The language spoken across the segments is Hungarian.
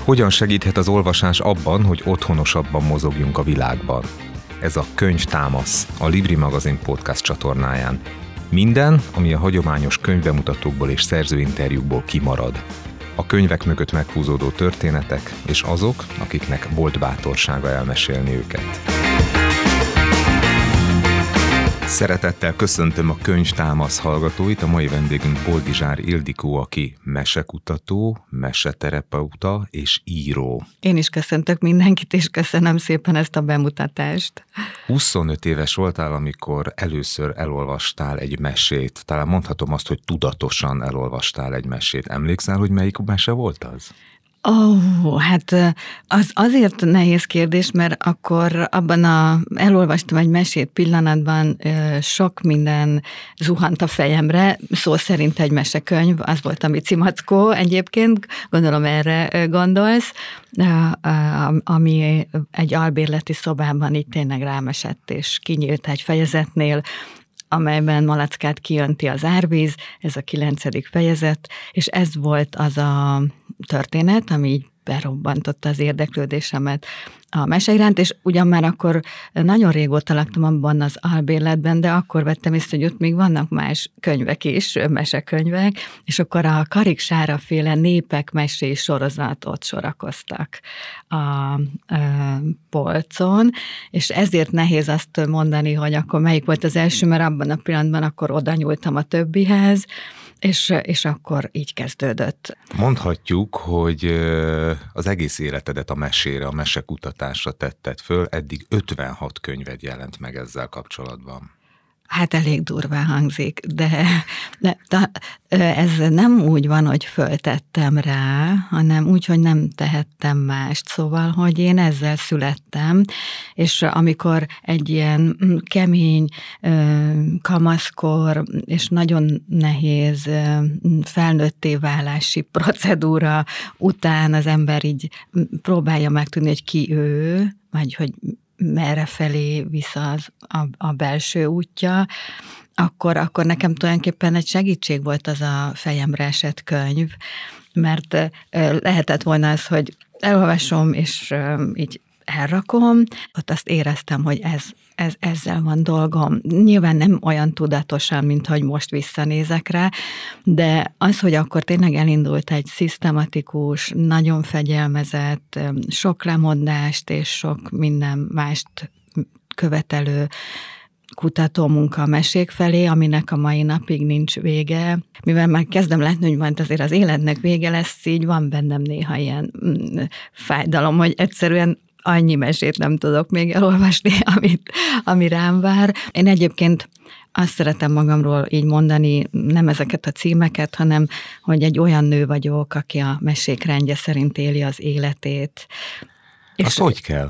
Hogyan segíthet az olvasás abban, hogy otthonosabban mozogjunk a világban? Ez a Könyvtámasz, a Libri Magazin podcast csatornáján. Minden, ami a hagyományos könyvbemutatókból és szerzőinterjúkból kimarad. A könyvek mögött meghúzódó történetek, és azok, akiknek volt bátorsága elmesélni őket. Szeretettel köszöntöm a Könyvtámasz hallgatóit, a mai vendégünk Boldizsár Ildikó, aki mesekutató, meseterapeuta és író. Én is köszöntök mindenkit, és köszönöm szépen ezt a bemutatást. 25 éves voltál, amikor először elolvastál egy mesét. Talán mondhatom azt, hogy tudatosan elolvastál egy mesét. Emlékszel, hogy melyik mese volt az? Hát az azért nehéz kérdés, mert akkor elolvastam egy mesét pillanatban, sok minden zuhant a fejemre, szó szerint egy mesekönyv, az volt a Mici Mackó egyébként, gondolom erre gondolsz, ami egy albérleti szobában így tényleg rám esett, és kinyílt egy fejezetnél, amelyben Malackát kijönti az árvíz, ez a 9. fejezet, és ez volt az a történet, ami így berobbantotta az érdeklődésemet a mese iránt, és ugyan már akkor nagyon régóta laktam abban az albérletben, de akkor vettem észre, hogy ott még vannak más könyvek is, mesekönyvek, és akkor a Karik Sára féle Népek mesés sorozat ott sorakoztak a polcon, és ezért nehéz azt mondani, hogy akkor melyik volt az első, mert abban a pillanatban akkor oda nyúltam a többihez, és akkor így kezdődött. Mondhatjuk, hogy az egész életedet a mesére, a mesekutatásra tetted föl, eddig 56 könyved jelent meg ezzel kapcsolatban. Hát elég durván hangzik, de ez nem úgy van, hogy föltettem rá, hanem úgy, hogy nem tehettem mást. Szóval, hogy én ezzel születtem, és amikor egy ilyen kemény kamaszkor és nagyon nehéz felnőtté válási procedúra után az ember így próbálja megtudni, hogy ki ő, vagy hogy merre felé vissza a belső útja, akkor nekem tulajdonképpen egy segítség volt az a fejemre esett könyv, mert lehetett volna az, hogy elolvasom, és így elrakom, ott azt éreztem, hogy ezzel van dolgom. Nyilván nem olyan tudatosan, mint hogy most visszanézek rá, de az, hogy akkor tényleg elindult egy szisztematikus, nagyon fegyelmezett, sok lemondást és sok minden mást követelő kutatómunka a mesék felé, aminek a mai napig nincs vége. Mivel már kezdem látni, hogy majd azért az életnek vége lesz, így van bennem néha ilyen fájdalom, hogy egyszerűen annyi mesét nem tudok még elolvasni, ami rám vár. Én egyébként azt szeretem magamról így mondani, nem ezeket a címeket, hanem hogy egy olyan nő vagyok, aki a mesék rendje szerint éli az életét. Azt hogy kell?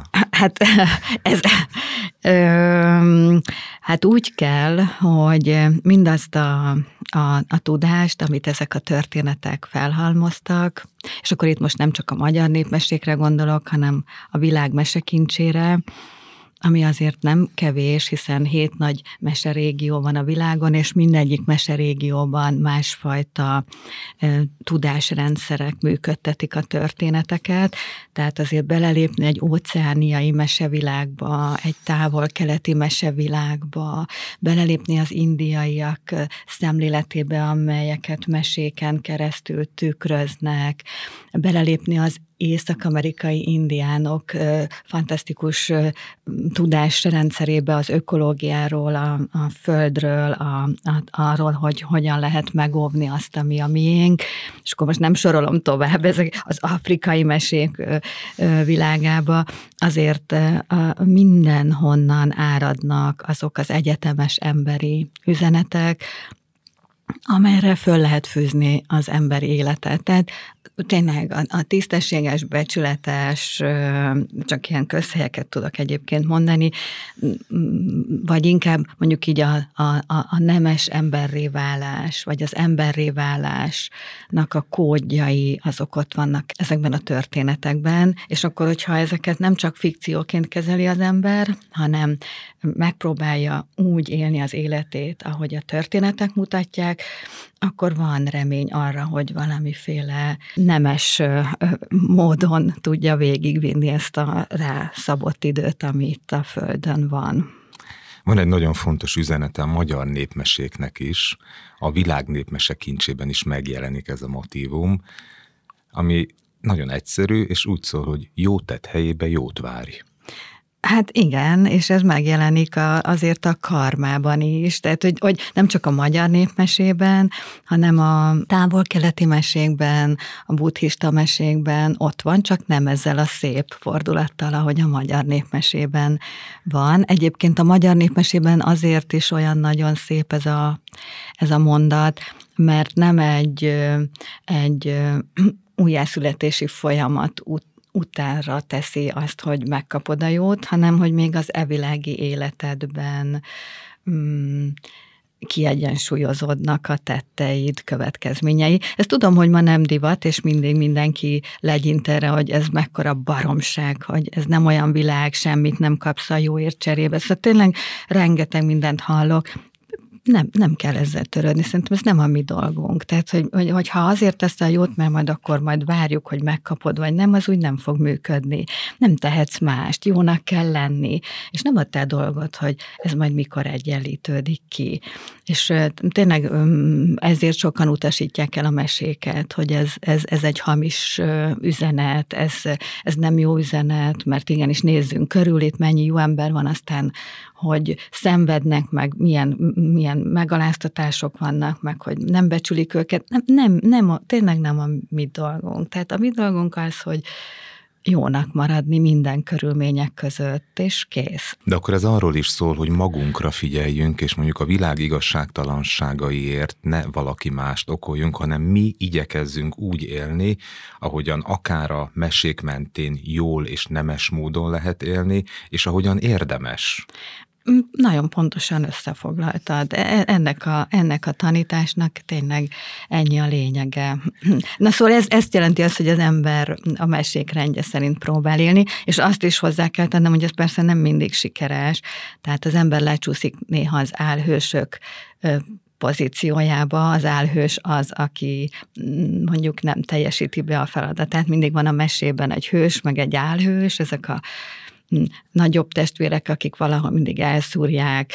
Hát úgy kell, hogy mindazt a tudást, amit ezek a történetek felhalmoztak, és akkor itt most nem csak a magyar népmesékre gondolok, hanem a világ mesekincsére, ami azért nem kevés, hiszen 7 nagy meserégió van a világon, és mindegyik meserégióban másfajta tudásrendszerek működtetik a történeteket, tehát azért belelépni egy óceániai mesevilágba, egy távol-keleti mesevilágba, belelépni az indiaiak szemléletébe, amelyeket meséken keresztül tükröznek, belelépni az észak-amerikai indiánok fantasztikus tudásrendszerébe az ökológiáról, a földről, arról, hogy hogyan lehet megóvni azt, ami a miénk, és akkor most nem sorolom tovább, ezek az afrikai mesék világába, azért mindenhonnan áradnak azok az egyetemes emberi üzenetek, amelyre föl lehet fűzni az emberi életet. Tehát tényleg a tisztességes, becsületes, csak ilyen közhelyeket tudok egyébként mondani, vagy inkább mondjuk így a nemes emberré válás, vagy az emberré válásnak a kódjai, azok ott vannak ezekben a történetekben, és akkor, hogyha ezeket nem csak fikcióként kezeli az ember, hanem megpróbálja úgy élni az életét, ahogy a történetek mutatják, akkor van remény arra, hogy valamiféle nemes módon tudja végigvinni ezt a rászabott időt, ami itt a Földön van. Van egy nagyon fontos üzenete a magyar népmeséknek is, a világ népmese kincsében is megjelenik ez a motívum, ami nagyon egyszerű, és úgy szól, hogy jó tett helyébe jót várj. Hát igen, és ez megjelenik azért a karmában is, tehát hogy nem csak a magyar népmesében, hanem a távol-keleti mesékben, a buddhista mesékben ott van, csak nem ezzel a szép fordulattal, ahogy a magyar népmesében van. Egyébként a magyar népmesében azért is olyan nagyon szép ez a mondat, mert nem egy újjászületési folyamat utánra teszi azt, hogy megkapod a jót, hanem hogy még az evilági életedben kiegyensúlyozódnak a tetteid, következményei. Ezt tudom, hogy ma nem divat, és mindig mindenki legyint erre, hogy ez mekkora baromság, hogy ez nem olyan világ, semmit nem kapsz a jóért cserébe. Szóval tényleg rengeteg mindent hallok. Nem kell ezzel törődni, szerintem ez nem a mi dolgunk. Tehát, hogy ha azért teszel jót, mert majd várjuk, hogy megkapod, vagy nem, az úgy nem fog működni. Nem tehetsz mást, jónak kell lenni, és nem a te dolgod, hogy ez majd mikor egyenlítődik ki. És tényleg ezért sokan utasítják el a meséket, hogy ez egy hamis üzenet, ez nem jó üzenet, mert igenis nézzünk körül, itt mennyi jó ember van, aztán hogy szenvednek, meg milyen megaláztatások vannak, meg hogy nem becsülik őket. Tényleg nem a mi dolgunk. Tehát a mi dolgunk az, hogy jónak maradni minden körülmények között, és kész. De akkor ez arról is szól, hogy magunkra figyeljünk, és mondjuk a világ igazságtalanságaiért ne valaki mást okoljunk, hanem mi igyekezzünk úgy élni, ahogyan akár a mesék mentén jól és nemes módon lehet élni, és ahogyan érdemes. Nagyon pontosan összefoglaltad. Ennek a tanításnak tényleg ennyi a lényege. Na szóval ezt jelenti azt, hogy az ember a mesék rendje szerint próbál élni, és azt is hozzá kell tennem, hogy ez persze nem mindig sikeres. Tehát az ember lecsúszik néha az álhősök pozíciójába. Az álhős az, aki mondjuk nem teljesíti be a feladatát. Mindig van a mesében egy hős, meg egy álhős, ezek a nagyobb testvérek, akik valahol mindig elszúrják,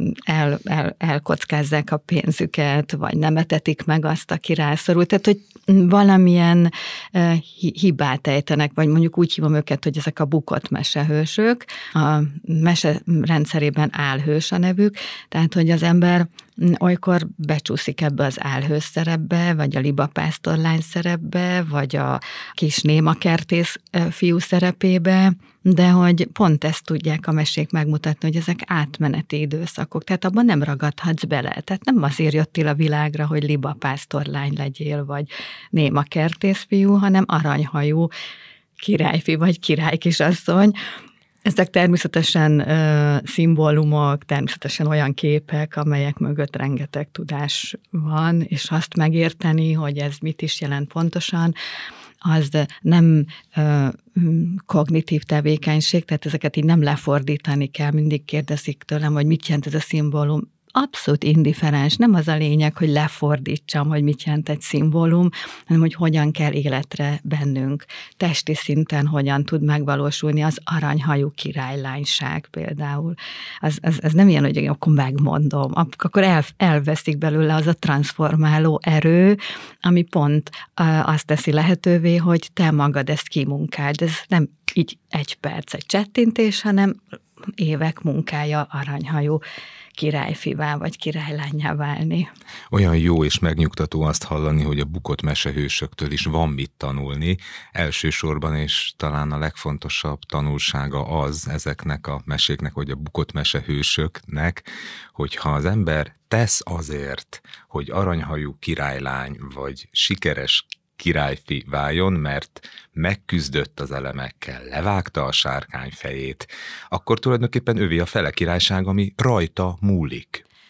elkockázzák a pénzüket, vagy nem etetik meg azt, aki rászorul. Tehát, hogy valamilyen hibát ejtenek, vagy mondjuk úgy hívom őket, hogy ezek a bukott mesehősök. A mese rendszerében álhős a nevük, tehát, hogy az ember olykor becsúszik ebbe az álhős szerepbe, vagy a libapásztorlány szerepbe, vagy a kis némakertész fiú szerepébe, de hogy pont ezt tudják a mesék megmutatni, hogy ezek átmeneti időszakok, tehát abban nem ragadhatsz bele. Tehát nem azért jöttél a világra, hogy libapásztorlány legyél, vagy némakertész fiú, hanem aranyhajú királyfi, vagy királykisasszony. Ezek természetesen szimbólumok, természetesen olyan képek, amelyek mögött rengeteg tudás van, és azt megérteni, hogy ez mit is jelent pontosan, az nem kognitív tevékenység, tehát ezeket így nem lefordítani kell, mindig kérdezik tőlem, hogy mit jelent ez a szimbólum. Abszolút indifferens, nem az a lényeg, hogy lefordítsam, hogy mit jelent egy szimbólum, hanem hogy hogyan kell életre bennünk. Testi szinten hogyan tud megvalósulni az aranyhajú királylányság például. Ez nem ilyen, hogy akkor megmondom, akkor elveszik belőle az a transformáló erő, ami pont azt teszi lehetővé, hogy te magad ezt kimunkáld. Ez nem így egy perc, egy csettintés, hanem évek munkája aranyhajú királyfivá vagy királylánnyá válni. Olyan jó és megnyugtató azt hallani, hogy a bukott mesehősöktől is van mit tanulni. Elsősorban és talán a legfontosabb tanulsága az ezeknek a meséknek, vagy a bukott mesehősöknek, hogyha az ember tesz azért, hogy aranyhajú királylány vagy sikeres királyfi váljon, mert megküzdött az elemekkel, levágta a sárkány fejét, akkor tulajdonképpen övé a fele királyság, ami rajta múlik.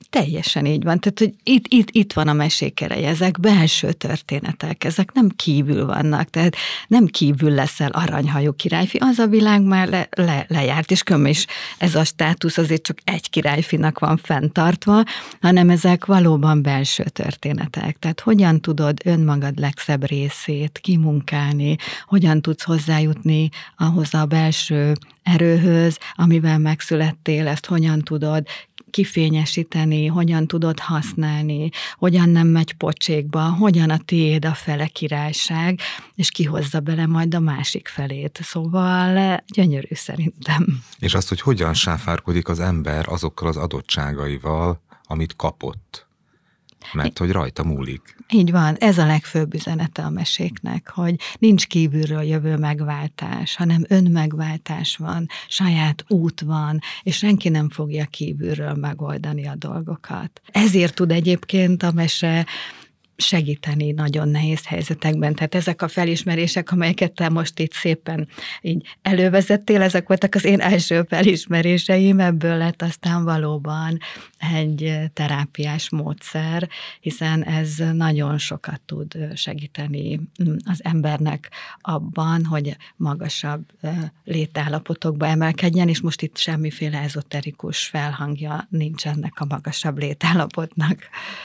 Teljesen így van. Tehát, hogy itt van a mesék ereje, ezek belső történetek, ezek nem kívül vannak, tehát nem kívül leszel aranyhajú királyfi, az a világ már lejárt, és különben is ez a státusz azért csak egy királyfinak van fenntartva, hanem ezek valóban belső történetek. Tehát hogyan tudod önmagad legszebb részét kimunkálni, hogyan tudsz hozzájutni ahhoz a belső erőhöz, amivel megszülettél, ezt hogyan tudod kifényesíteni, hogyan tudod használni, hogyan nem megy pocsékba, hogyan a tiéd a fele királyság, és kihozza bele majd a másik felét. Szóval gyönyörű szerintem. És azt, hogy hogyan sáfárkodik az ember azokkal az adottságaival, amit kapott. Mert hogy rajta múlik. Így van, ez a legfőbb üzenete a meséknek, hogy nincs kívülről jövő megváltás, hanem önmegváltás van, saját út van, és senki nem fogja kívülről megoldani a dolgokat. Ezért tud egyébként a mese segíteni nagyon nehéz helyzetekben. Tehát ezek a felismerések, amelyeket te most itt szépen így elővezettél, ezek voltak az én első felismeréseim, ebből lett aztán valóban egy terápiás módszer, hiszen ez nagyon sokat tud segíteni az embernek abban, hogy magasabb létállapotokba emelkedjen, és most itt semmiféle ezoterikus felhangja nincs ennek a magasabb létállapotnak.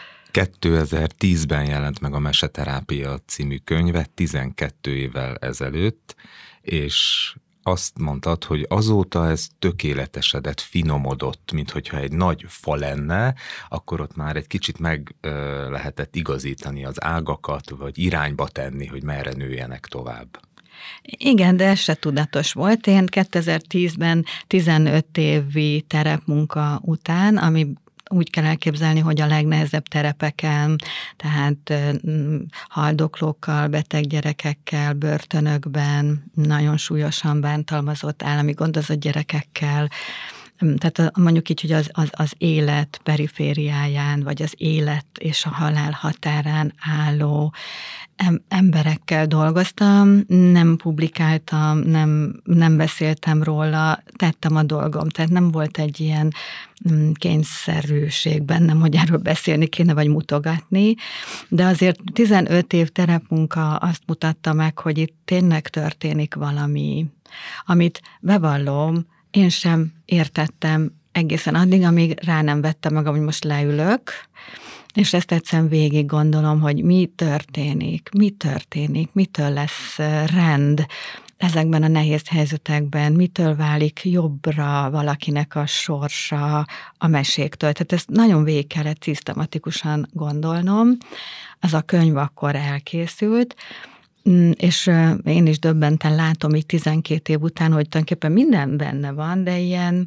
2010-ben jelent meg a Meseterápia című könyve, 12 évvel ezelőtt, és azt mondtad, hogy azóta ez tökéletesedett, finomodott, mint hogyha egy nagy fa lenne, akkor ott már egy kicsit meg lehetett igazítani az ágakat, vagy irányba tenni, hogy merre nőjenek tovább. Igen, de ez se tudatos volt. Én 2010-ben 15 évi terepmunka után, ami úgy kell elképzelni, hogy a legnehezebb terepeken, tehát haldoklókkal, beteg gyerekekkel, börtönökben, nagyon súlyosan bántalmazott, állami gondozott gyerekekkel, tehát mondjuk így, hogy az élet perifériáján, vagy az élet és a halál határán álló emberekkel dolgoztam, nem publikáltam, nem beszéltem róla, tettem a dolgom, tehát nem volt egy ilyen kényszerűség bennem, hogy erről beszélni kéne, vagy mutogatni, de azért 15 év terepmunka azt mutatta meg, hogy itt tényleg történik valami, amit bevallom, én sem értettem egészen addig, amíg rá nem vettem meg, hogy most leülök, és ezt egyszerűen végig gondolom, hogy mi történik, mitől lesz rend ezekben a nehéz helyzetekben, mitől válik jobbra valakinek a sorsa a meséktől. Tehát ezt nagyon végig kellett szisztematikusan gondolnom. Az a könyv akkor elkészült, és én is döbbenten látom így 12 év után, hogy tulajdonképpen minden benne van, de ilyen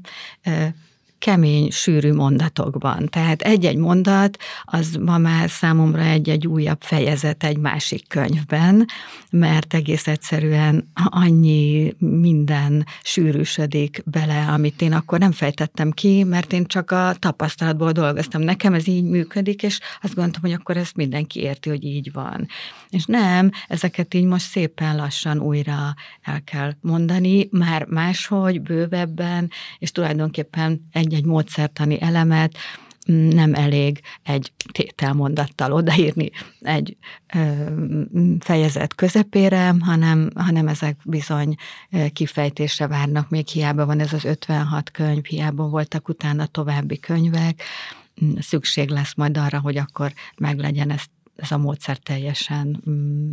kemény, sűrű mondatokban. Tehát egy-egy mondat, az ma már számomra egy újabb fejezet egy másik könyvben, mert egész egyszerűen annyi minden sűrűsödik bele, amit én akkor nem fejtettem ki, mert én csak a tapasztalatból dolgoztam. Nekem ez így működik, és azt gondoltam, hogy akkor ezt mindenki érti, hogy így van. És nem, ezeket így most szépen lassan újra el kell mondani, már máshogy, bővebben, és tulajdonképpen egy módszertani elemet nem elég egy tételmondattal odaírni egy fejezet közepére, hanem ezek bizony kifejtésre várnak, még hiába van ez az 56 könyv, hiába voltak utána további könyvek, szükség lesz majd arra, hogy akkor meglegyen ez a módszer teljesen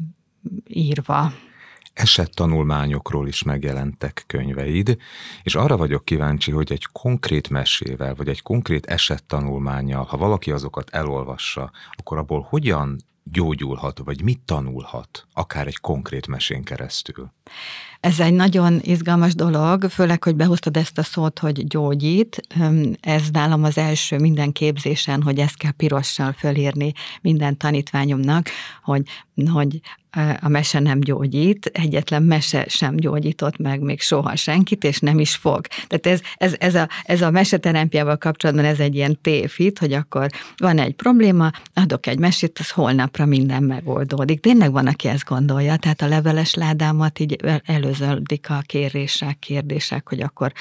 írva. Esettanulmányokról is megjelentek könyveid, és arra vagyok kíváncsi, hogy egy konkrét mesével, vagy egy konkrét esettanulmánnyal, ha valaki azokat elolvassa, akkor abból hogyan gyógyulhat, vagy mit tanulhat, akár egy konkrét mesén keresztül? Ez egy nagyon izgalmas dolog, főleg, hogy behoztad ezt a szót, hogy gyógyít. Ez nálam az első minden képzésen, hogy ezt kell pirossal fölírni minden tanítványomnak, hogy a mese nem gyógyít, egyetlen mese sem gyógyított meg még soha senkit, és nem is fog. Tehát ez a meseterápiával kapcsolatban ez egy ilyen tévhit, hogy akkor van egy probléma, adok egy mesét, az holnapra minden megoldódik. Tényleg van, aki ezt gondolja, tehát a leveles ládámat így előződik a kérdések, hogy akkor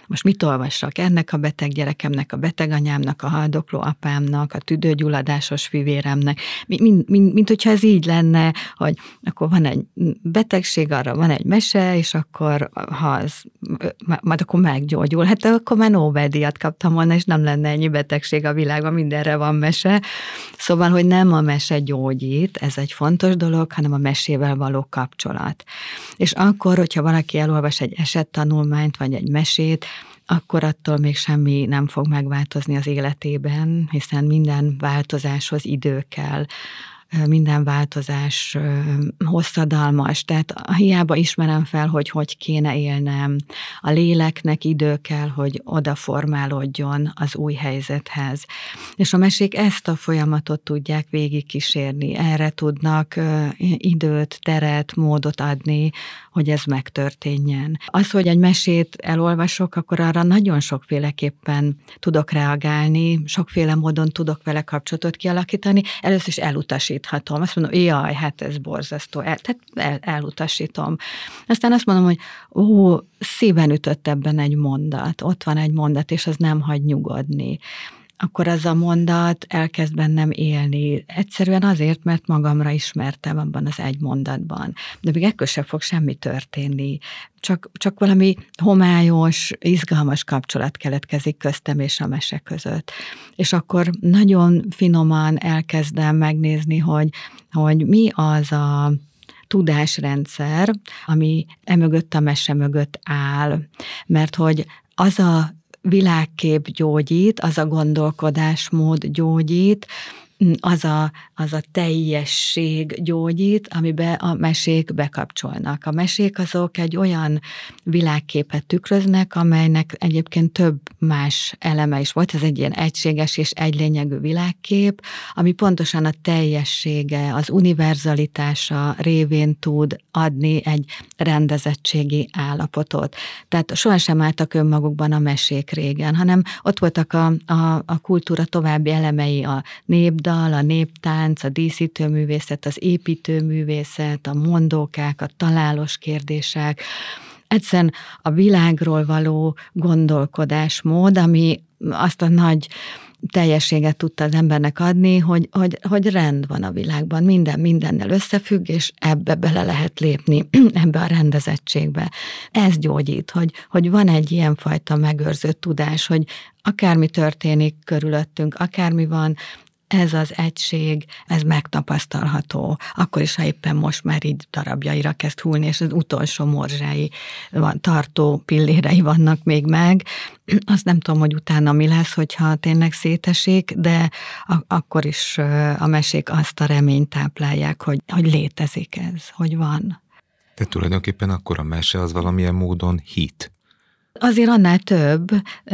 most mit olvassak ennek a beteg gyerekemnek, a beteg anyámnak, a haldokló apámnak, a tüdőgyulladásos fivéremnek, mint hogyha ez így lenne, hogy akkor van egy betegség, arra van egy mese, és akkor ha az, majd akkor meggyógyul. Hát akkor már Nobel-díjat kaptam volna, és nem lenne ennyi betegség a világban, mindenre van mese. Szóval, hogy nem a mese gyógyít, ez egy fontos dolog, hanem a mesével való kapcsolat. És akkor, hogyha valaki elolvas egy esettanulmányt, vagy egy mesét, akkor attól még semmi nem fog megváltozni az életében, hiszen minden változáshoz idő kell, minden változás hosszadalmas, tehát hiába ismerem fel, hogy kéne élnem. A léleknek idő kell, hogy odaformálódjon az új helyzethez. És a mesék ezt a folyamatot tudják végigkísérni, erre tudnak időt, teret, módot adni, hogy ez megtörténjen. Az, hogy egy mesét elolvasok, akkor arra nagyon sokféleképpen tudok reagálni, sokféle módon tudok vele kapcsolatot kialakítani, először is elutasíthatom. Azt mondom, jaj, hát ez borzasztó, elutasítom. Aztán azt mondom, hogy szíven ütött ebben egy mondat, ott van egy mondat, és az nem hagy nyugodni. Akkor az a mondat elkezd bennem élni. Egyszerűen azért, mert magamra ismertem abban az egy mondatban. De még ekkor sem fog semmi történni. Csak valami homályos, izgalmas kapcsolat keletkezik köztem és a mese között. És akkor nagyon finoman elkezdem megnézni, hogy mi az a tudásrendszer, ami emögött a mese mögött áll. Mert hogy az a világkép gyógyít, az a gondolkodásmód gyógyít, az a teljesség gyógyít, amiben a mesék bekapcsolnak. A mesék azok egy olyan világképet tükröznek, amelynek egyébként több más eleme is volt. Ez egy ilyen egységes és egylényegű világkép, ami pontosan a teljessége, az univerzalitása révén tud adni egy rendezettségi állapotot. Tehát sohasem álltak önmagukban a mesék régen, hanem ott voltak a kultúra további elemei, a népdal, a néptánc, a díszítőművészet, az építőművészet, a mondókák, a találós kérdések. Egyszerűen a világról való gondolkodásmód, ami azt a nagy teljességet tudta az embernek adni, hogy rend van a világban, minden mindennel összefügg, és ebbe bele lehet lépni, ebbe a rendezettségbe. Ez gyógyít, hogy van egy ilyenfajta megőrzött tudás, hogy akármi történik körülöttünk, akármi van, ez az egység, ez megtapasztalható. Akkor is, ha éppen most már így darabjaira kezd hullni, és az utolsó morzsái, tartó pillérei vannak még meg. Azt nem tudom, hogy utána mi lesz, hogyha tényleg szétesik, de akkor is a mesék azt a reményt táplálják, hogy létezik ez, hogy van. De tulajdonképpen akkor a mese az valamilyen módon hit. Azért annál több,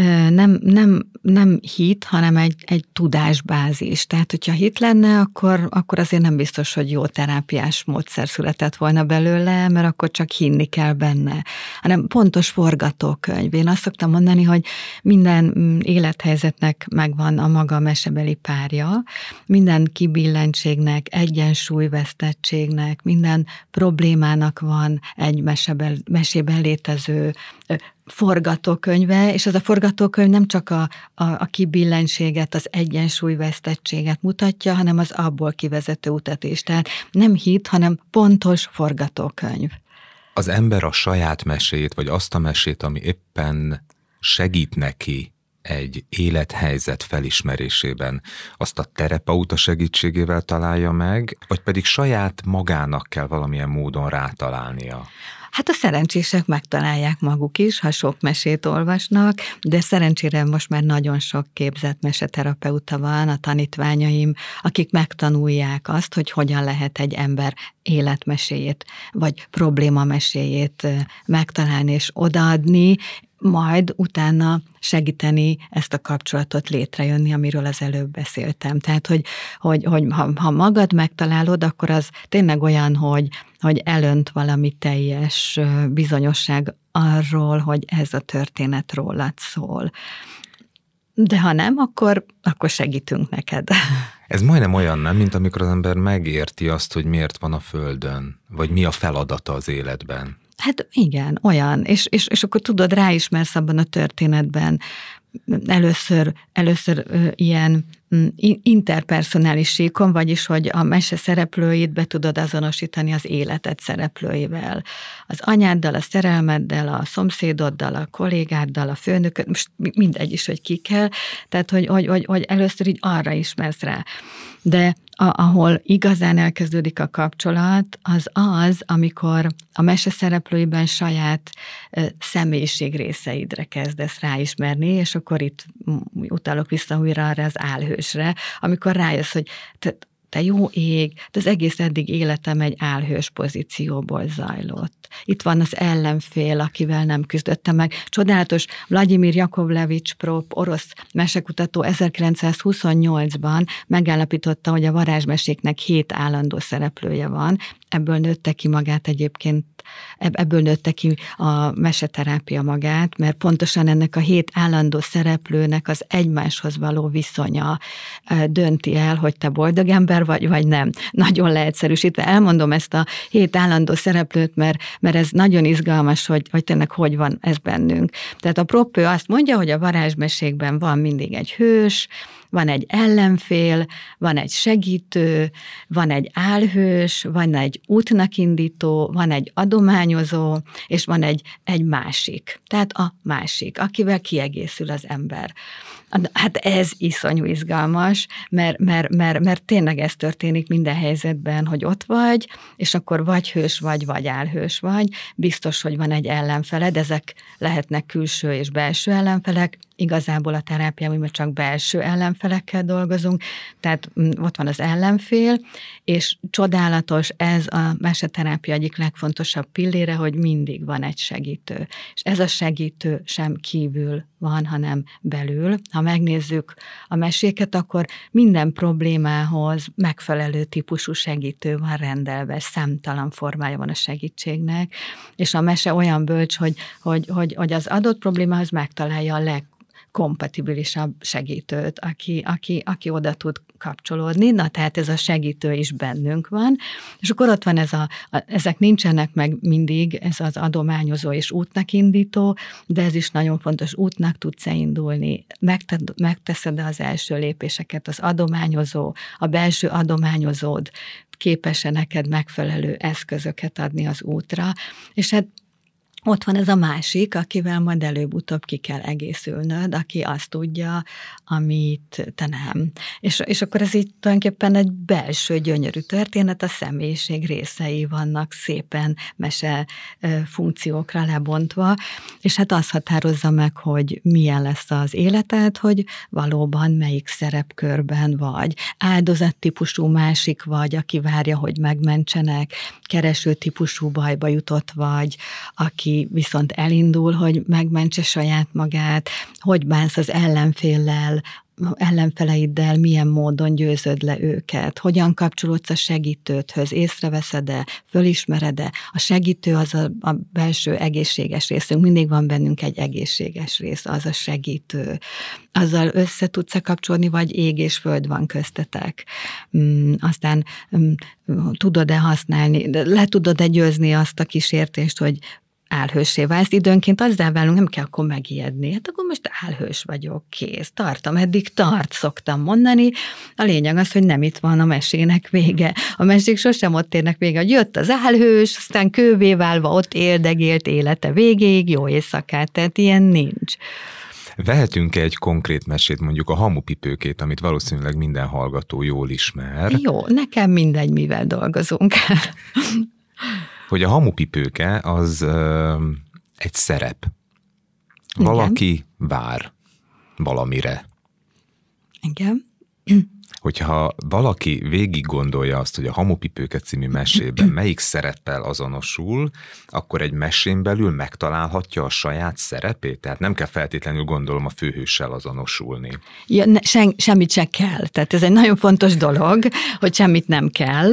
nem hit, hanem egy tudásbázis. Tehát, hogyha hit lenne, akkor azért nem biztos, hogy jó terápiás módszer született volna belőle, mert akkor csak hinni kell benne. Hanem pontos forgatókönyv. Én azt szoktam mondani, hogy minden élethelyzetnek megvan a maga mesebeli párja, minden kibillentségnek, egyensúlyvesztettségnek, minden problémának van egy mesében létező forgatókönyve, és az a forgatókönyv nem csak a kibillenséget, az egyensúlyvesztettséget mutatja, hanem az abból kivezető utat is. Tehát nem hit, hanem pontos forgatókönyv. Az ember a saját meséjét, vagy azt a mesét, ami éppen segít neki egy élethelyzet felismerésében, azt a terapeuta segítségével találja meg, vagy pedig saját magának kell valamilyen módon rátalálnia? Hát a szerencsések megtalálják maguk is, ha sok mesét olvasnak, de szerencsére most már nagyon sok képzett meseterapeuta van, a tanítványaim, akik megtanulják azt, hogy hogyan lehet egy ember életmeséjét, vagy problémameséjét megtalálni és odaadni, majd utána segíteni ezt a kapcsolatot létrejönni, amiről az előbb beszéltem. Tehát, hogy ha magad megtalálod, akkor az tényleg olyan, hogy elönt valami teljes bizonyosság arról, hogy ez a történet rólad szól. De ha nem, akkor segítünk neked. Ez majdnem olyan, nem, mint amikor az ember megérti azt, hogy miért van a Földön, vagy mi a feladata az életben. Hát igen, olyan. És akkor tudod, ráismersz abban a történetben. Először ilyen interpersonális síkon, vagyis, hogy a mese szereplőit be tudod azonosítani az életed szereplőivel. Az anyáddal, a szerelmeddel, a szomszédoddal, a kollégáddal, a főnököd, most mindegy is, hogy kikkel, tehát, hogy először így arra ismersz rá. De ahol igazán elkezdődik a kapcsolat, az, amikor a mese szereplőiben saját személyiség részeidre kezdesz ráismerni, és akkor itt utalok vissza újra arra az álhősre, amikor rájössz, hogy te jó ég, de az egész eddig életem egy álhős pozícióból zajlott. Itt van az ellenfél, akivel nem küzdöttem meg. Csodálatos Vladimir Jakovlevics Prop, orosz mesekutató 1928-ban megállapította, hogy a varázsmeséknek 7 állandó szereplője van. Ebből nőtte ki magát egyébként, ebből nőtte ki a meseterápia magát, mert pontosan ennek a 7 állandó szereplőnek az egymáshoz való viszonya dönti el, hogy te boldog ember vagy nem. Nagyon leegyszerűsítve elmondom ezt a 7 állandó szereplőt, mert ez nagyon izgalmas, hogy tényleg hogy van ez bennünk. Tehát a Propp azt mondja, hogy a varázsmesékben van mindig egy hős, van egy ellenfél, van egy segítő, van egy álhős, van egy útnak indító, van egy adományozó, és van egy másik. Tehát a másik, akivel kiegészül az ember. Hát ez iszonyú izgalmas, mert tényleg ez történik minden helyzetben, hogy ott vagy, és akkor vagy hős vagy álhős vagy, biztos, hogy van egy ellenfeled, ezek lehetnek külső és belső ellenfelek, igazából a terápiában mi csak belső ellenfelekkel dolgozunk, tehát ott van az ellenfél, és csodálatos, ez a meseterápia egyik legfontosabb pillére, hogy mindig van egy segítő. És ez a segítő sem kívül van, hanem belül. Ha megnézzük a meséket, akkor minden problémához megfelelő típusú segítő van rendelve, számtalan formája van a segítségnek, és a mese olyan bölcs, hogy az adott problémához megtalálja a legkompatibilisabb segítőt, aki oda tud kapcsolódni, na tehát ez a segítő is bennünk van, és akkor ott van ezek nincsenek meg mindig, ez az adományozó és útnak indító, de ez is nagyon fontos, útnak tudsz indulni, megteszed az első lépéseket, az adományozó, a belső adományozód képes-e neked megfelelő eszközöket adni az útra, és hát ott van ez a másik, akivel majd előbb-utóbb ki kell egészülnöd, aki azt tudja, amit te nem. És akkor ez így tulajdonképpen egy belső gyönyörű történet, a személyiség részei vannak szépen mese funkciókra lebontva, és hát az határozza meg, hogy milyen lesz az életed, hogy valóban melyik szerepkörben vagy. Áldozattípusú másik vagy, aki várja, hogy megmentsenek, kereső típusú bajba jutott vagy, aki viszont elindul, hogy megmentse saját magát, hogy bánsz az ellenfeleiddel, milyen módon győzöd le őket, hogyan kapcsolódsz a segítődhöz, észreveszed-e, fölismered-e. A segítő az a belső egészséges részünk, mindig van bennünk egy egészséges rész, az a segítő. Azzal össze tudsz kapcsolni, vagy ég és föld van köztetek. Aztán tudod-e használni, le tudod-e győzni azt a kísértést, hogy álhőssé válsz. Időnként azzal válunk, nem kell akkor megijedni. Hát akkor most álhős vagyok, kész, tartom, eddig tart, szoktam mondani. A lényeg az, hogy nem itt van a mesének vége. A mesék sosem ott érnek vége, hogy jött az álhős, aztán kővé válva ott éldegélt élete végéig, jó éjszakát, tehát ilyen nincs. Vehetünk egy konkrét mesét, mondjuk a Hamupipőkét, amit valószínűleg minden hallgató jól ismer. Jó, nekem mindegy, mivel dolgozunk. Hogy a Hamupipőke az egy szerep. Valaki igen. Vár valamire. Igen. Hogyha valaki végig gondolja azt, hogy a Hamupipőke című mesében melyik szereppel azonosul, akkor egy mesén belül megtalálhatja a saját szerepét? Tehát nem kell feltétlenül, gondolom, a főhőssel azonosulni. Ja, semmit se kell. Tehát ez egy nagyon fontos dolog, hogy semmit nem kell.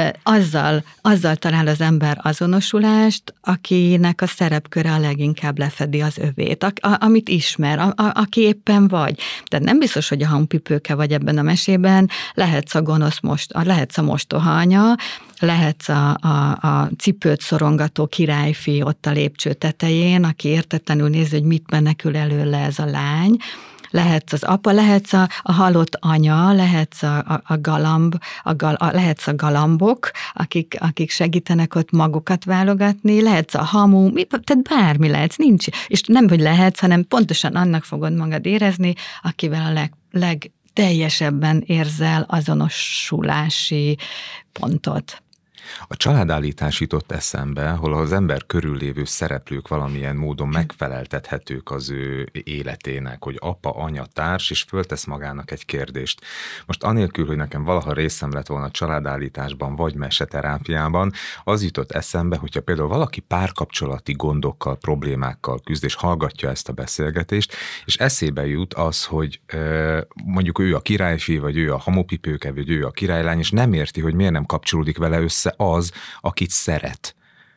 Azzal talál az ember azonosulást, akinek a szerepköre a leginkább lefedi az övét, amit ismer, aki éppen vagy. Tehát nem biztos, hogy a Hamupipőke vagy ebben a mesében, helyzetben lehetsz a gonosz lehetsz a mostoha anya, lehetsz a cipőt szorongató királyfi ott a lépcső tetején, aki értetlenül nézi, hogy mit menekül előle ez a lány, lehetsz az apa, lehetsz a halott anya, lehetsz a galamb, lehetsz a galambok, akik segítenek ott magukat válogatni, lehetsz a hamu, tehát bármi lehetsz, nincs. És nem, hogy lehetsz, hanem pontosan annak fogod magad érezni, akivel a legteljesebben érzel azonosulási pontot. A családállítás jutott eszembe, hol az ember körüllévő szereplők valamilyen módon megfeleltethetők az ő életének, hogy apa, anya, társ, és föltesz magának egy kérdést. Most anélkül, hogy nekem valaha részem lett volna a családállításban, vagy meseterápiában, az jutott eszembe, hogyha például valaki párkapcsolati gondokkal, problémákkal küzd, és hallgatja ezt a beszélgetést, és eszébe jut az, hogy mondjuk ő a királyfi, vagy ő a hamupipőke, vagy ő a királylány, és nem érti, hogy miért nem kapcsolódik vele össze az, akit szeret.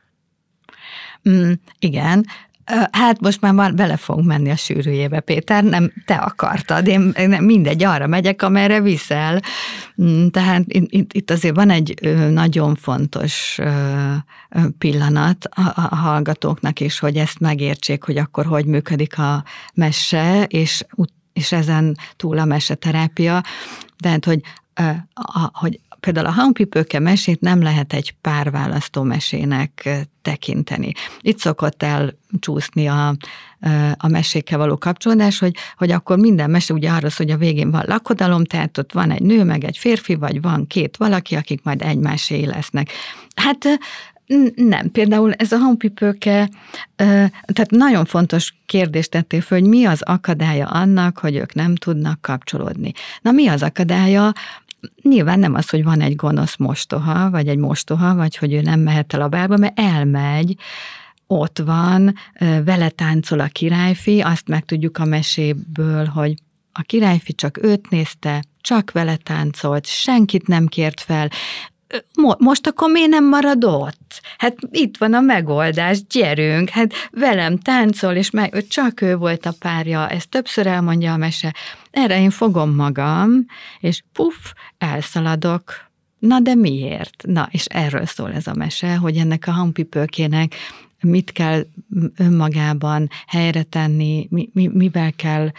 Igen. Hát most már bele fogunk menni a sűrűjébe, Péter, nem te akartad, én mindegy, arra megyek, amerre viszel. Tehát itt azért van egy nagyon fontos pillanat a hallgatóknak is, hogy ezt megértsék, hogy akkor hogy működik a mese, és ezen túl a meseterápia. Tehát, hogy például a hamupipőke mesét nem lehet egy párválasztó mesének tekinteni. Itt szokott elcsúszni a mesékkel való kapcsolódás, hogy akkor minden mese ugye arra szól, hogy a végén van lakodalom, tehát ott van egy nő, meg egy férfi, vagy van két valaki, akik majd egymáséi lesznek. Hát nem, például ez a hamupipőke, tehát nagyon fontos kérdést tettél föl, hogy mi az akadálya annak, hogy ők nem tudnak kapcsolódni. Na mi az akadálya? Nyilván nem az, hogy van egy gonosz mostoha, vagy hogy ő nem mehet el a bálba, mert elmegy, ott van, vele táncol a királyfi, azt megtudjuk a meséből, hogy a királyfi csak őt nézte, csak vele táncolt, senkit nem kért fel. Most akkor miért nem marad ott? Hát itt van a megoldás, gyerünk, hát velem táncol, és csak ő volt a párja, ezt többször elmondja a mese. Erre én fogom magam, és elszaladok. Na de miért? Na, és erről szól ez a mese, hogy ennek a hamupipőkének mit kell önmagában helyre tenni, mivel kell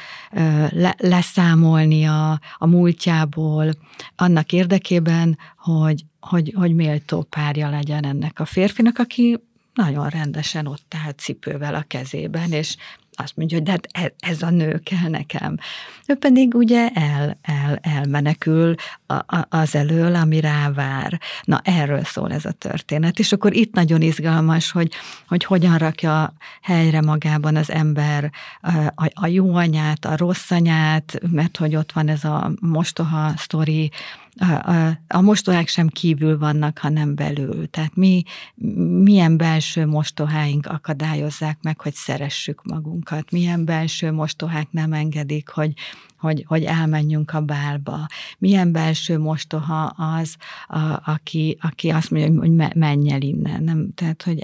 leszámolnia a múltjából, annak érdekében, hogy méltó párja legyen ennek a férfinak, aki nagyon rendesen ott áll cipővel a kezében, és azt mondja, hogy de hát ez a nő kell nekem. Ő pedig ugye elmenekül az elől, ami rávár. Na, erről szól ez a történet. És akkor itt nagyon izgalmas, hogy hogyan rakja helyre magában az ember a jó anyát, a rossz anyát, mert hogy ott van ez a mostoha sztori, a mostohák sem kívül vannak, hanem belül. Tehát milyen belső mostoháink akadályozzák meg, hogy szeressük magunkat. Milyen belső mostohák nem engedik, hogy elmenjünk a bálba. Milyen belső mostoha az, aki azt mondja, hogy menj el innen. Nem, tehát, hogy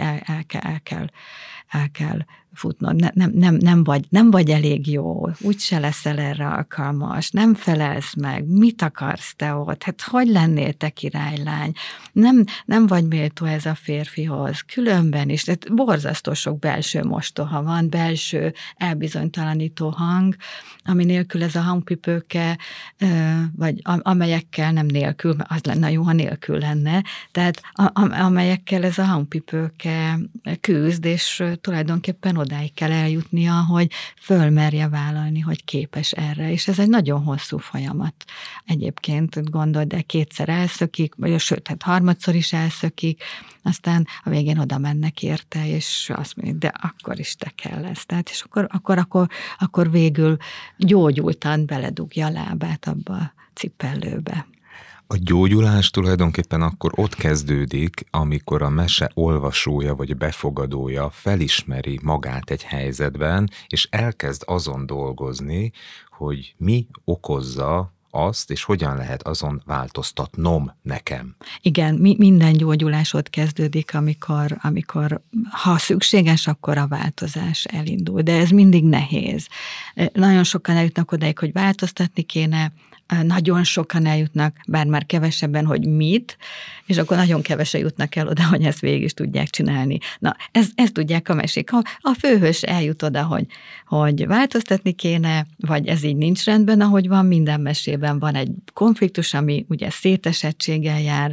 el kell futnod, nem vagy elég jó, úgyse leszel erre alkalmas, nem felelsz meg, mit akarsz te ott, hát hogy lennél te királylány, nem vagy méltó ez a férfihoz, különben is, tehát borzasztó sok belső mostoha van, belső elbizonytalanító hang, ami nélkül ez a hamupipőke, vagy amelyekkel nem nélkül, az lenne jó, ha nélkül lenne, tehát amelyekkel ez a hamupipőke küzd, és tulajdonképpen odáig kell eljutnia, hogy fölmerje vállalni, hogy képes erre, és ez egy nagyon hosszú folyamat. Egyébként gondold, de kétszer elszökik, vagy sőt, hát harmadszor is elszökik, aztán a végén oda mennek érte, és azt mondjuk, de akkor is te kell lesz. Tehát, és akkor végül gyógyultan beledugja a lábát abba a cipellőbe. A gyógyulás tulajdonképpen akkor ott kezdődik, amikor a mese olvasója vagy befogadója felismeri magát egy helyzetben, és elkezd azon dolgozni, hogy mi okozza azt, és hogyan lehet azon változtatnom nekem. Igen, minden gyógyulás ott kezdődik, amikor ha szükséges, akkor a változás elindul, de ez mindig nehéz. Nagyon sokan eljutnak odáig, hogy változtatni kéne, nagyon sokan eljutnak, bár már kevesebben, hogy mit, és akkor nagyon kevesen jutnak el oda, hogy ezt végig is tudják csinálni. Na, ezt tudják a mesék. Ha a főhős eljut oda, hogy változtatni kéne, vagy ez így nincs rendben, ahogy van, minden mesében van egy konfliktus, ami ugye szétesettséggel jár,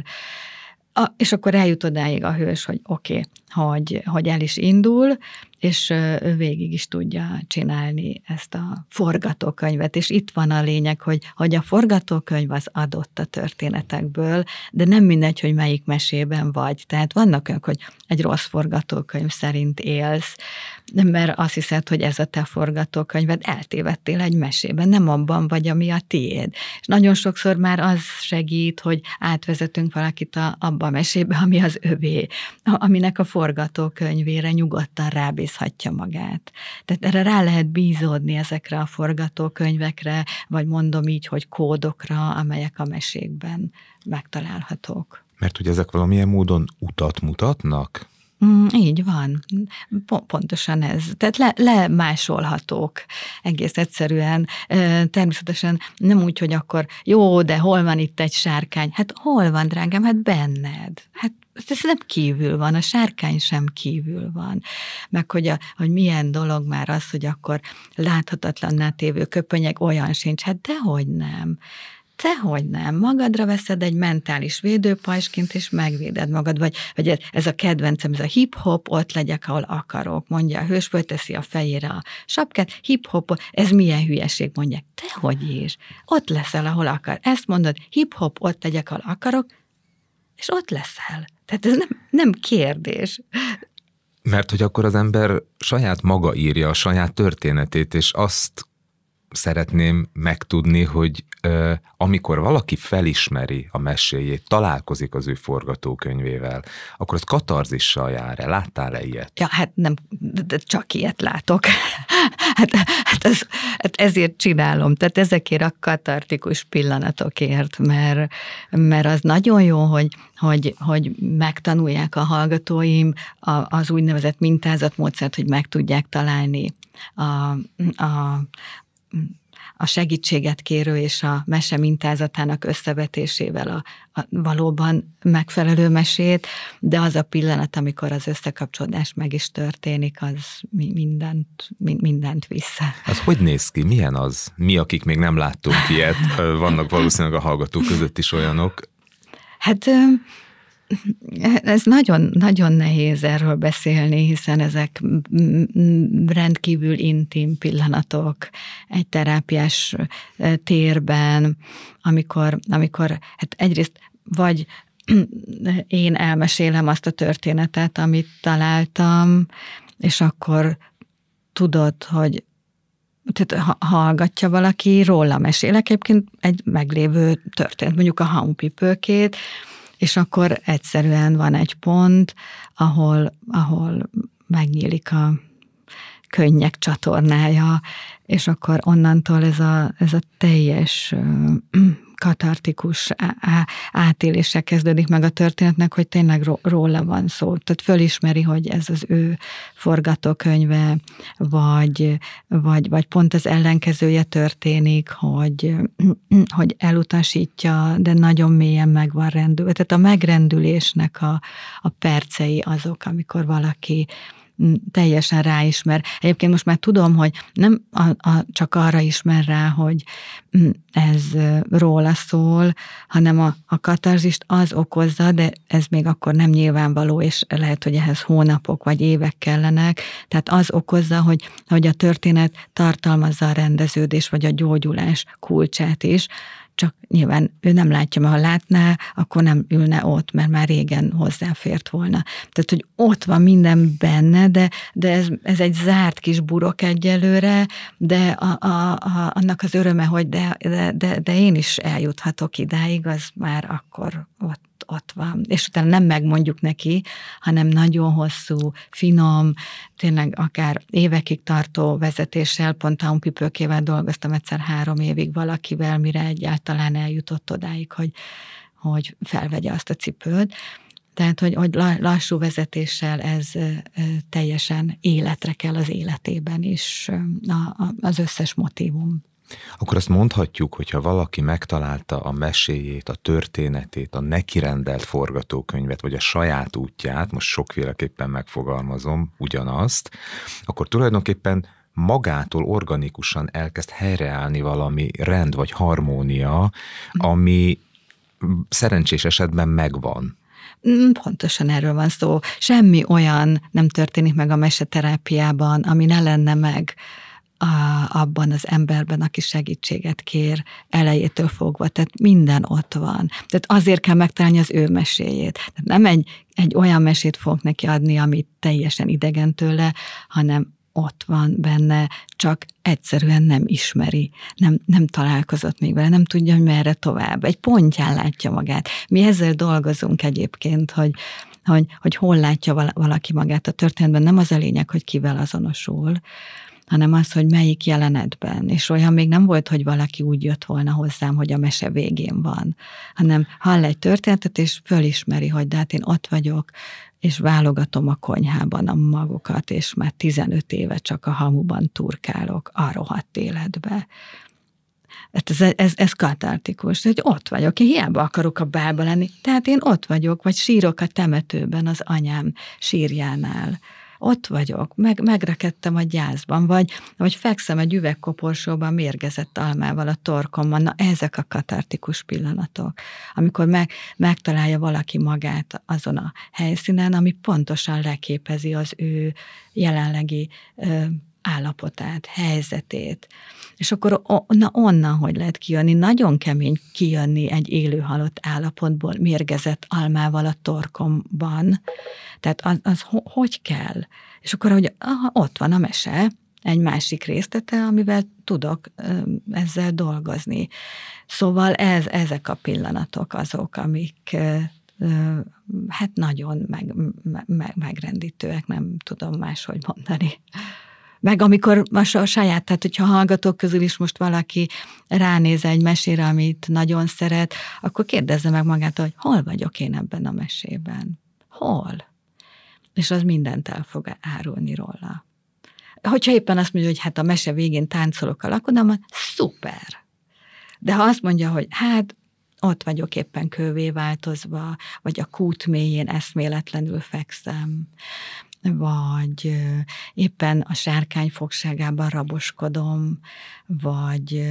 és akkor eljut odáig a hős, hogy oké, hogy el is indul, és ő végig is tudja csinálni ezt a forgatókönyvet. És itt van a lényeg, hogy a forgatókönyv az adott a történetekből, de nem mindegy, hogy melyik mesében vagy. Tehát vannak olyanok, hogy egy rossz forgatókönyv szerint élsz, mert azt hiszed, hogy ez a te forgatókönyved, eltévedtél egy mesében, nem abban vagy, ami a tiéd. És nagyon sokszor már az segít, hogy átvezetünk valakit abba a mesébe, ami az övé, aminek a forgatókönyvére nyugodtan rábízhatja magát. Tehát erre rá lehet bízódni ezekre a forgatókönyvekre, vagy mondom így, hogy kódokra, amelyek a mesékben megtalálhatók. Mert hogy ezek valamilyen módon utat mutatnak? Így van. Pontosan ez. Tehát lemásolhatók egész egyszerűen. Természetesen nem úgy, hogy akkor jó, de hol van itt egy sárkány? Hát hol van, drágám? Hát benned. Hát ez nem kívül van, a sárkány sem kívül van. Meg hogy milyen dolog már az, hogy akkor láthatatlanná tévő köpönyeg, olyan sincs. Hát dehogy nem. Tehogy nem, magadra veszed egy mentális védőpajsként, és megvéded magad, vagy ez a kedvencem, ez a hip-hop, ott legyek, ahol akarok, mondja a hős, fölteszi a fejére a sapkát, hip-hop, ez milyen hülyeség, mondják, tehogy is, ott leszel, ahol akar. Ezt mondod, hip-hop, ott legyek, ahol akarok, és ott leszel. Tehát ez nem kérdés. Mert hogy akkor az ember saját maga írja a saját történetét, és azt szeretném megtudni, hogy amikor valaki felismeri a meséjét, találkozik az ő forgatókönyvével, akkor az katarzissal jár-e? Láttál-e ilyet? Ja, hát nem, de csak ilyet látok. Hát ezért csinálom, tehát ezekért a katartikus pillanatokért, mert az nagyon jó, hogy megtanulják a hallgatóim az úgynevezett mintázatmódszert, hogy meg tudják találni a segítséget kérő és a mese mintázatának összevetésével a valóban megfelelő mesét, de az a pillanat, amikor az összekapcsolódás meg is történik, az mindent vissza. Az hogy néz ki? Milyen az? Mi, akik még nem láttunk ilyet, vannak valószínűleg a hallgatók között is olyanok. Hát ez nagyon, nagyon nehéz erről beszélni, hiszen ezek rendkívül intim pillanatok egy terápiás térben, amikor hát egyrészt vagy én elmesélem azt a történetet, amit találtam, és akkor tudod, hogy tehát hallgatja valaki, róla mesélek, egyébként egy meglévő történet, mondjuk a hampipőkét, és akkor egyszerűen van egy pont, ahol megnyílik a könnyek csatornája, és akkor onnantól ez a teljes katartikus átélése kezdődik meg a történetnek, hogy tényleg róla van szó. Tehát fölismeri, hogy ez az ő forgatókönyve, vagy pont az ellenkezője történik, hogy elutasítja, de nagyon mélyen meg van rendülve. Tehát a megrendülésnek a percei azok, amikor valaki teljesen ráismer. Egyébként most már tudom, hogy nem csak arra ismer rá, hogy ez róla szól, hanem a katarzist az okozza, de ez még akkor nem nyilvánvaló, és lehet, hogy ehhez hónapok vagy évek kellenek. Tehát az okozza, hogy a történet tartalmazza a rendeződés vagy a gyógyulás kulcsát is, csak nyilván ő nem látja, mert ha látná, akkor nem ülne ott, mert már régen hozzáfért volna. Tehát, hogy ott van minden benne, de ez egy zárt kis burok egyelőre, de annak az öröme, hogy de én is eljuthatok idáig, az már akkor ott van. És utána nem megmondjuk neki, hanem nagyon hosszú, finom, tényleg akár évekig tartó vezetéssel, pont a hampipőkével dolgoztam egyszer 3 évig valakivel, mire egyáltalán eljutott odáig, hogy felvegye azt a cipőt. Tehát, hogy lassú vezetéssel ez teljesen életre kell az életében is, az összes motívum. Akkor azt mondhatjuk, hogyha valaki megtalálta a meséjét, a történetét, a neki rendelt forgatókönyvet, vagy a saját útját, most sokféleképpen megfogalmazom ugyanazt, akkor tulajdonképpen magától organikusan elkezd helyreállni valami rend vagy harmónia, ami szerencsés esetben megvan. Pontosan erről van szó. Semmi olyan nem történik meg a meseterápiában, ami ne lenne meg abban az emberben, aki segítséget kér elejétől fogva. Tehát minden ott van. Tehát azért kell megtalálni az ő meséjét. Tehát nem egy olyan mesét fogok neki adni, amit teljesen idegen tőle, hanem ott van benne, csak egyszerűen nem ismeri, nem találkozott még vele, nem tudja, hogy merre tovább. Egy pontján látja magát. Mi ezzel dolgozunk egyébként, hogy hol látja valaki magát a történetben. Nem az a lényeg, hogy kivel azonosul, hanem az, hogy melyik jelenetben. És olyan még nem volt, hogy valaki úgy jött volna hozzám, hogy a mese végén van, hanem hall egy történetet, és fölismeri, hogy de hát én ott vagyok, és válogatom a konyhában a magokat, és már 15 éve csak a hamuban turkálok a rohadt életbe. Ez katartikus, hogy ott vagyok, én hiába akarok a bálba lenni, tehát én ott vagyok, vagy sírok a temetőben az anyám sírjánál. Ott vagyok, megrekedtem a gyászban, vagy fekszem egy üvegkoporsóban mérgezett almával a torkomban. Na, ezek a katartikus pillanatok, amikor megtalálja valaki magát azon a helyszínen, ami pontosan leképezi az ő jelenlegi állapotát, helyzetét. És akkor onnan hogy lehet kijönni? Nagyon kemény kijönni egy élő halott állapotból, mérgezett almával a torkomban. Tehát az hogy kell? És akkor, hogy ott van a mese, egy másik részlete, amivel tudok ezzel dolgozni. Szóval ezek a pillanatok azok, amik hát nagyon megrendítőek, nem tudom máshogy mondani. Meg amikor a saját, tehát hogyha hallgatók közül is most valaki ránéz egy mesére, amit nagyon szeret, akkor kérdezze meg magát, hogy hol vagyok én ebben a mesében? Hol? És az mindent el fog árulni róla. Hogyha éppen azt mondja, hogy hát a mese végén táncolok a lakodában, szuper. De ha azt mondja, hogy hát ott vagyok éppen kővé változva, vagy a kút mélyén eszméletlenül fekszem, vagy éppen a sárkány fogságában raboskodom, vagy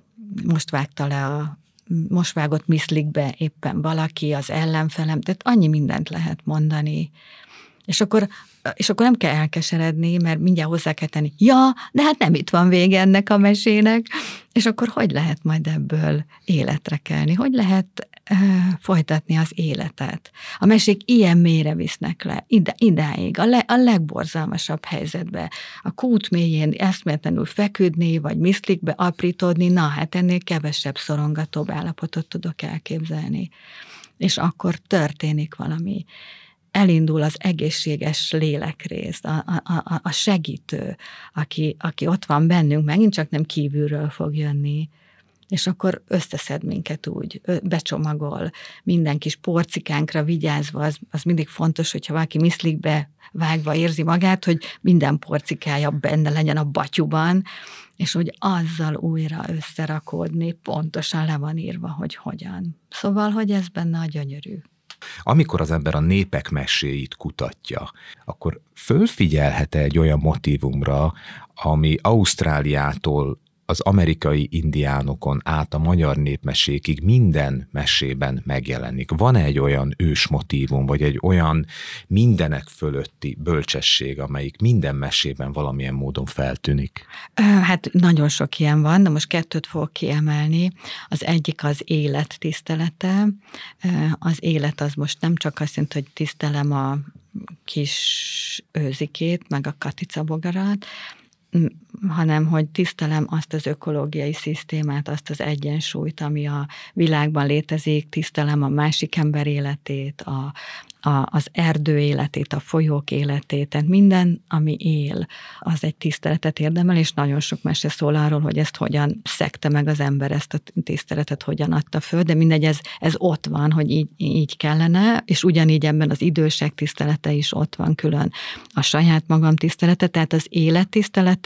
most vágott miszlikbe éppen valaki, az ellenfelem, tehát annyi mindent lehet mondani. És akkor nem kell elkeseredni, mert mindjárt hozzá kell tenni, ja, de hát nem itt van vége ennek a mesének, és akkor hogy lehet majd ebből életre kelni? Hogy lehet folytatni az életet? A mesék ilyen mélyre visznek le, idáig, a legborzalmasabb helyzetbe. A kút mélyén eszméletlenül feküdni, vagy miszlikbe aprítódni, na hát ennél kevesebb szorongatóbb állapotot tudok elképzelni. És akkor történik valami. Elindul az egészséges lélekrész, a segítő, aki ott van bennünk, megint csak nem kívülről fog jönni, és akkor összeszed minket úgy, becsomagol, minden kis porcikánkra vigyázva, az mindig fontos, hogyha valaki miszlikbe vágva érzi magát, hogy minden porcikája benne legyen a batyuban, és hogy azzal újra összerakódni, pontosan le van írva, hogy hogyan. Szóval, hogy ez benne a gyönyörű. Amikor az ember a népek meséit kutatja, akkor fölfigyelhet-e egy olyan motívumra, ami Ausztráliától az amerikai indiánokon át a magyar népmesékig minden mesében megjelenik? Van-e egy olyan ős motívum, vagy egy olyan mindenek fölötti bölcsesség, amelyik minden mesében valamilyen módon feltűnik? Hát nagyon sok ilyen van, de most 2 fogok kiemelni. Az egyik az élet tisztelete. Az élet az most nem csak azt jelenti, hogy tisztelem a kis őzikét, meg a katicabogarat, hanem hogy tisztelem azt az ökológiai szisztémát, azt az egyensúlyt, ami a világban létezik, tisztelem a másik ember életét, az erdő életét, a folyók életét, tehát minden, ami él, az egy tiszteletet érdemel, és nagyon sok mese szól arról, hogy ezt hogyan szegte meg az ember, ezt a tiszteletet hogyan adta föl, de mindegy, ez ott van, hogy így kellene, és ugyanígy ebben az idősek tisztelete is ott van külön, a saját magam tisztelete, tehát az élet tisztelete,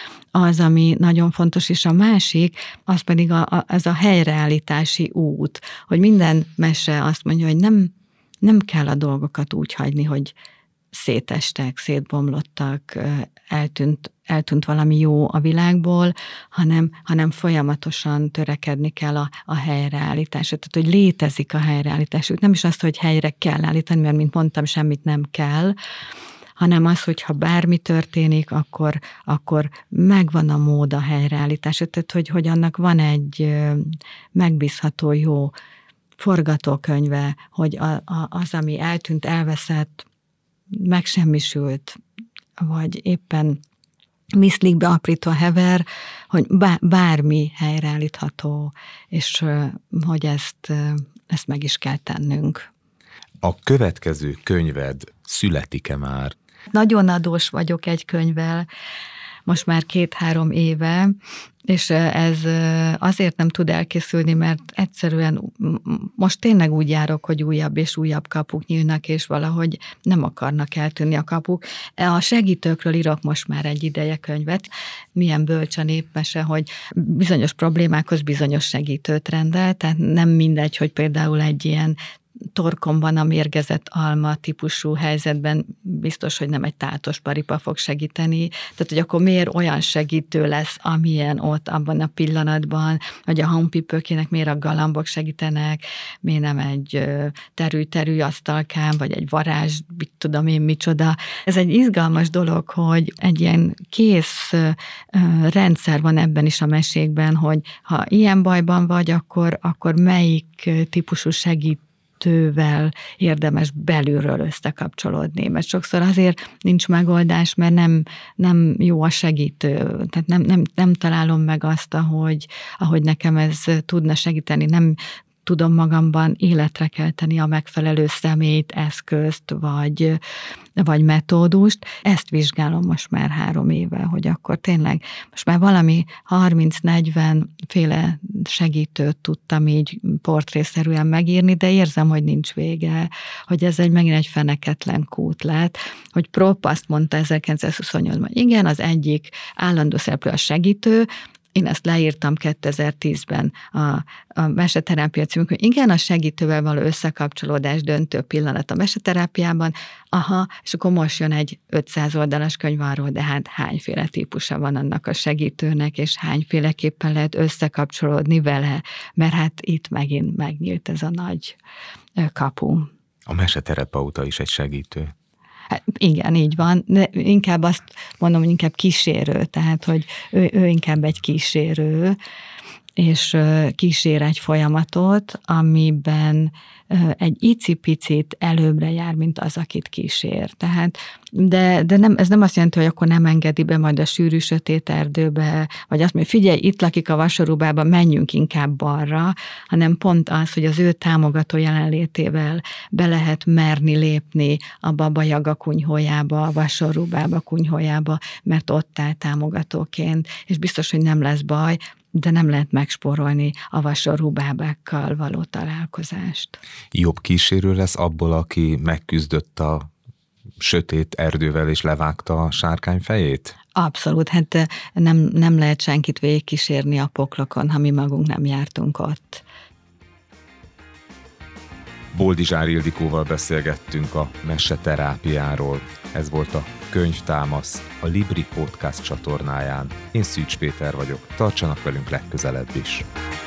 az, ami nagyon fontos, és a másik, az pedig ez a helyreállítási út, hogy minden mese azt mondja, hogy nem kell a dolgokat úgy hagyni, hogy szétestek, szétbomlottak, eltűnt valami jó a világból, hanem folyamatosan törekedni kell a helyreállításra. Tehát, hogy létezik a helyreállítás. Nem is azt, hogy helyre kell állítani, mert, mint mondtam, semmit nem kell, hanem az, hogy ha bármi történik, akkor megvan a mód a helyreállításra. Tehát, hogy annak van egy megbízható, jó forgatókönyve, hogy az, ami eltűnt, elveszett, megsemmisült, vagy éppen miszlikbe aprítva hever, hogy bármi helyreállítható, és hogy ezt meg is kell tennünk. A következő könyved születik-e már? Nagyon adós vagyok egy könyvvel, most már 2-3 éve, és ez azért nem tud elkészülni, mert egyszerűen most tényleg úgy járok, hogy újabb és újabb kapuk nyílnak, és valahogy nem akarnak eltűnni a kapuk. A segítőkről írok most már egy ideje könyvet. Milyen bölcs a népmese, hogy bizonyos problémákhoz bizonyos segítőt rendel, tehát nem mindegy, hogy például egy ilyen torkomban a mérgezett alma típusú helyzetben biztos, hogy nem egy tátos paripa fog segíteni. Tehát, hogy akkor miért olyan segítő lesz, amilyen ott abban a pillanatban, hogy a honpipőkének miért a galambok segítenek, miért nem egy terű asztalkám, vagy egy varázs, mit tudom én micsoda. Ez egy izgalmas dolog, hogy egy ilyen kész rendszer van ebben is a mesékben, hogy ha ilyen bajban vagy, akkor melyik típusú segítővel érdemes belülről összekapcsolódni, mert sokszor azért nincs megoldás, mert nem jó a segítő, tehát nem találom meg azt, ahogy nekem ez tudna segíteni, nem tudom magamban életre kelteni a megfelelő személyt, eszközt, vagy metódust. Ezt vizsgálom most már 3 éve, hogy akkor tényleg most már valami 30-40 féle segítőt tudtam így portrészerűen megírni, de érzem, hogy nincs vége, hogy ez megint egy feneketlen kút lett, hogy Propp azt mondta 1928-ban, igen, az egyik állandó szereplő a segítő, én ezt leírtam 2010-ben a Meseterápia címükön. Igen, a segítővel való összekapcsolódás döntő pillanat a meseterápiában. Aha, és akkor most jön egy 500 oldalas könyv arról, de hát hányféle típusa van annak a segítőnek, és hányféleképpen lehet összekapcsolódni vele, mert hát itt megint megnyílt ez a nagy kapu. A meseterapeuta is egy segítő. Hát igen, így van, de inkább azt mondom, hogy inkább kísérő, tehát, hogy ő inkább egy kísérő, és kísér egy folyamatot, amiben egy icipicit előbbre jár, mint az, akit kísér. Tehát, de nem, ez nem azt jelenti, hogy akkor nem engedi be majd a sűrű sötét erdőbe, vagy azt mondja, figyelj, itt lakik a vasorúbában, menjünk inkább balra, hanem pont az, hogy az ő támogató jelenlétével be lehet merni lépni a Baba Jaga kunyhójába, a vasorúbába kunyhójába, mert ott áll támogatóként, és biztos, hogy nem lesz baj, de nem lehet megspórolni a vasorú bábákkal való találkozást. Jobb kísérő lesz abból, aki megküzdött a sötét erdővel és levágta a sárkány fejét? Abszolút, hát nem lehet senkit végigkísérni a poklokon, ha mi magunk nem jártunk ott. Boldizsár Ildikóval beszélgettünk a meseterápiáról. Ez volt a Könyvtámasz, a Libri Podcast csatornáján. Én Szűcs Péter vagyok, tartsanak velünk legközelebb is.